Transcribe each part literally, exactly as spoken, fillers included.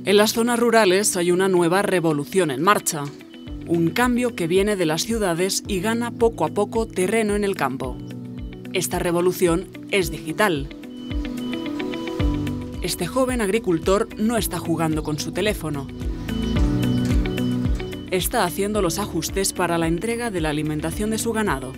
En las zonas rurales hay una nueva revolución en marcha. Un cambio que viene de las ciudades y gana poco a poco terreno en el campo. Esta revolución es digital. Este joven agricultor no está jugando con su teléfono. Está haciendo los ajustes para la entrega de la alimentación de su ganado.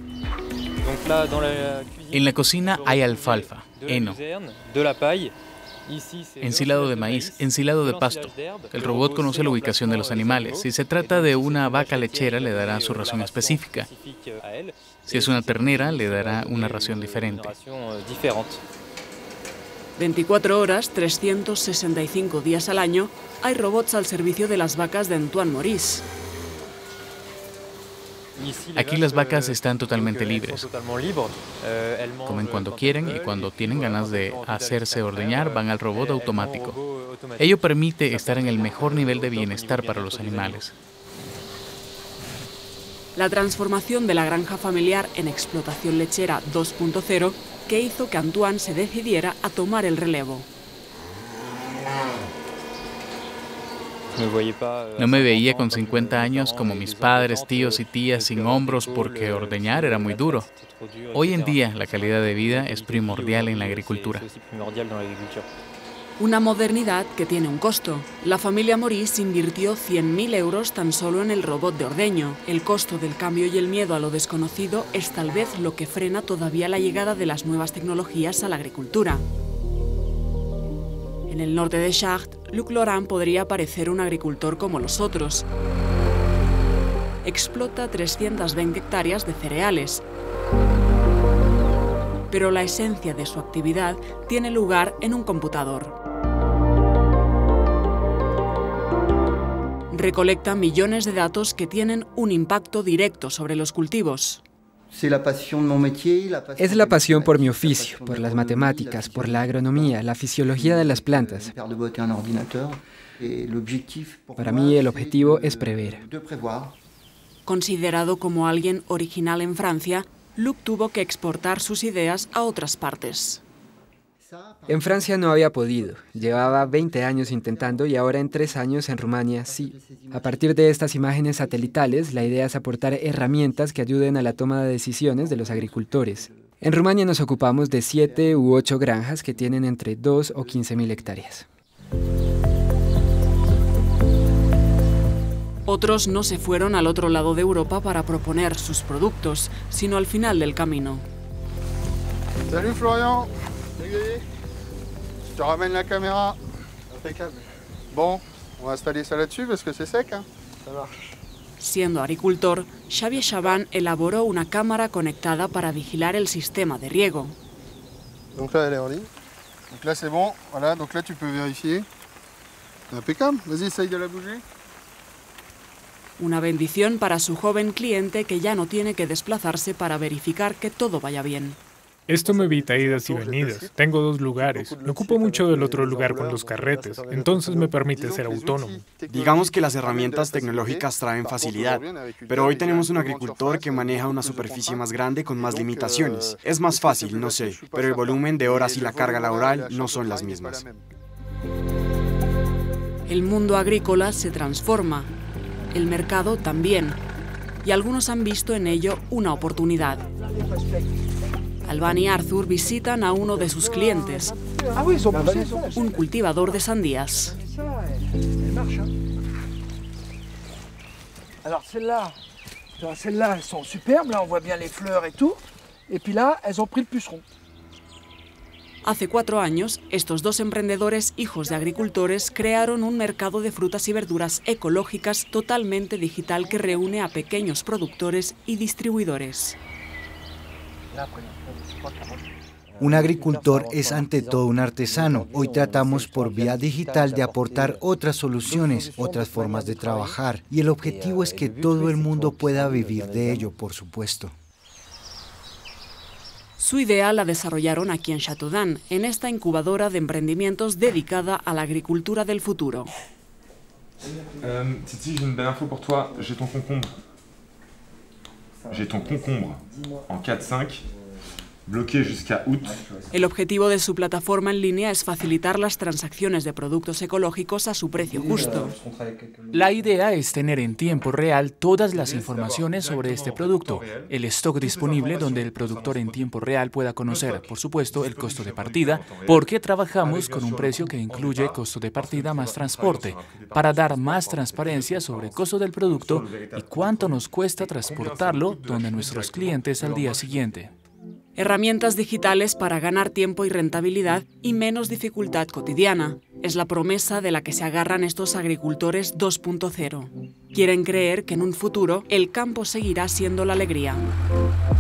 En la cocina hay alfalfa, heno, ensilado de maíz, ensilado de pasto. El robot conoce la ubicación de los animales. Si se trata de una vaca lechera, le dará su ración específica. Si es una ternera, le dará una ración diferente. veinticuatro horas, trescientos sesenta y cinco días al año, hay robots al servicio de las vacas de Antoine Maurice. Aquí las vacas están totalmente libres. Comen cuando quieren y cuando tienen ganas de hacerse ordeñar van al robot automático. Ello permite estar en el mejor nivel de bienestar para los animales. La transformación de la granja familiar en explotación lechera dos punto cero que hizo que Antoine se decidiera a tomar el relevo. No me veía con cincuenta años como mis padres, tíos y tías sin hombros porque ordeñar era muy duro. Hoy en día la calidad de vida es primordial en la agricultura. Una modernidad que tiene un costo. La familia Maurice invirtió cien mil euros tan solo en el robot de ordeño. El costo del cambio y el miedo a lo desconocido es tal vez lo que frena todavía la llegada de las nuevas tecnologías a la agricultura. En el norte de Chartres, Luc Laurent podría parecer un agricultor como los otros. Explota trescientas veinte hectáreas de cereales. Pero la esencia de su actividad tiene lugar en un computador. Recolecta millones de datos que tienen un impacto directo sobre los cultivos. Es la pasión por mi oficio, por las matemáticas, por la agronomía, la fisiología de las plantas. Para mí el objetivo es prever. Considerado como alguien original en Francia, Luc tuvo que exportar sus ideas a otras partes. En Francia no había podido. Llevaba veinte años intentando y ahora en tres años en Rumania sí. A partir de estas imágenes satelitales, la idea es aportar herramientas que ayuden a la toma de decisiones de los agricultores. En Rumania nos ocupamos de siete u ocho granjas que tienen entre dos o quince mil hectáreas. Otros no se fueron al otro lado de Europa para proponer sus productos, sino al final del camino. Salut Florian. Je te ramène la caméra. Impeccable. Bon, on va installer ça là-dessus parce que c'est sec, hein. Ça marche. Siendo agricultor, Xavier Chaban elaboró una cámara conectada para vigilar el sistema de riego. Donc là, elle est en ligne. Donc là, c'est bon. Voilà, donc là, tu peux vérifier. Impeccable. Vas-y, essaye de la bouger. Una bendición para su joven cliente que ya no tiene que desplazarse para verificar que todo vaya bien. Esto me evita idas y venidas. Tengo dos lugares. Me ocupo mucho del otro lugar con los carretes, entonces me permite ser autónomo. Digamos que las herramientas tecnológicas traen facilidad, pero hoy tenemos un agricultor que maneja una superficie más grande con más limitaciones. Es más fácil, no sé, pero el volumen de horas y la carga laboral no son las mismas. El mundo agrícola se transforma, el mercado también, y algunos han visto en ello una oportunidad. Alban y Arthur visitan a uno de sus clientes, un cultivador de sandías. Alors celles-là, celles-là, elles sont superbes, là on voit bien les fleurs et tout. Et puis là, elles ont pris le puceron. Hace cuatro años, estos dos emprendedores, hijos de agricultores, crearon un mercado de frutas y verduras ecológicas totalmente digital que reúne a pequeños productores y distribuidores. Un agricultor es ante todo un artesano. Hoy tratamos por vía digital de aportar otras soluciones, otras formas de trabajar. Y el objetivo es que todo el mundo pueda vivir de ello, por supuesto. Su idea la desarrollaron aquí en Châteaudun, en esta incubadora de emprendimientos dedicada a la agricultura del futuro. Euh, Titi, j'ai une belle info pour toi. J'ai ton concombre. J'ai ton concombre en quatre cinq. El objetivo de su plataforma en línea es facilitar las transacciones de productos ecológicos a su precio justo. La idea es tener en tiempo real todas las informaciones sobre este producto, el stock disponible donde el productor en tiempo real pueda conocer, por supuesto, el costo de partida, porque trabajamos con un precio que incluye costo de partida más transporte, para dar más transparencia sobre el costo del producto y cuánto nos cuesta transportarlo donde nuestros clientes al día siguiente. Herramientas digitales para ganar tiempo y rentabilidad y menos dificultad cotidiana. Es la promesa de la que se agarran estos agricultores dos punto cero. Quieren creer que en un futuro el campo seguirá siendo la alegría.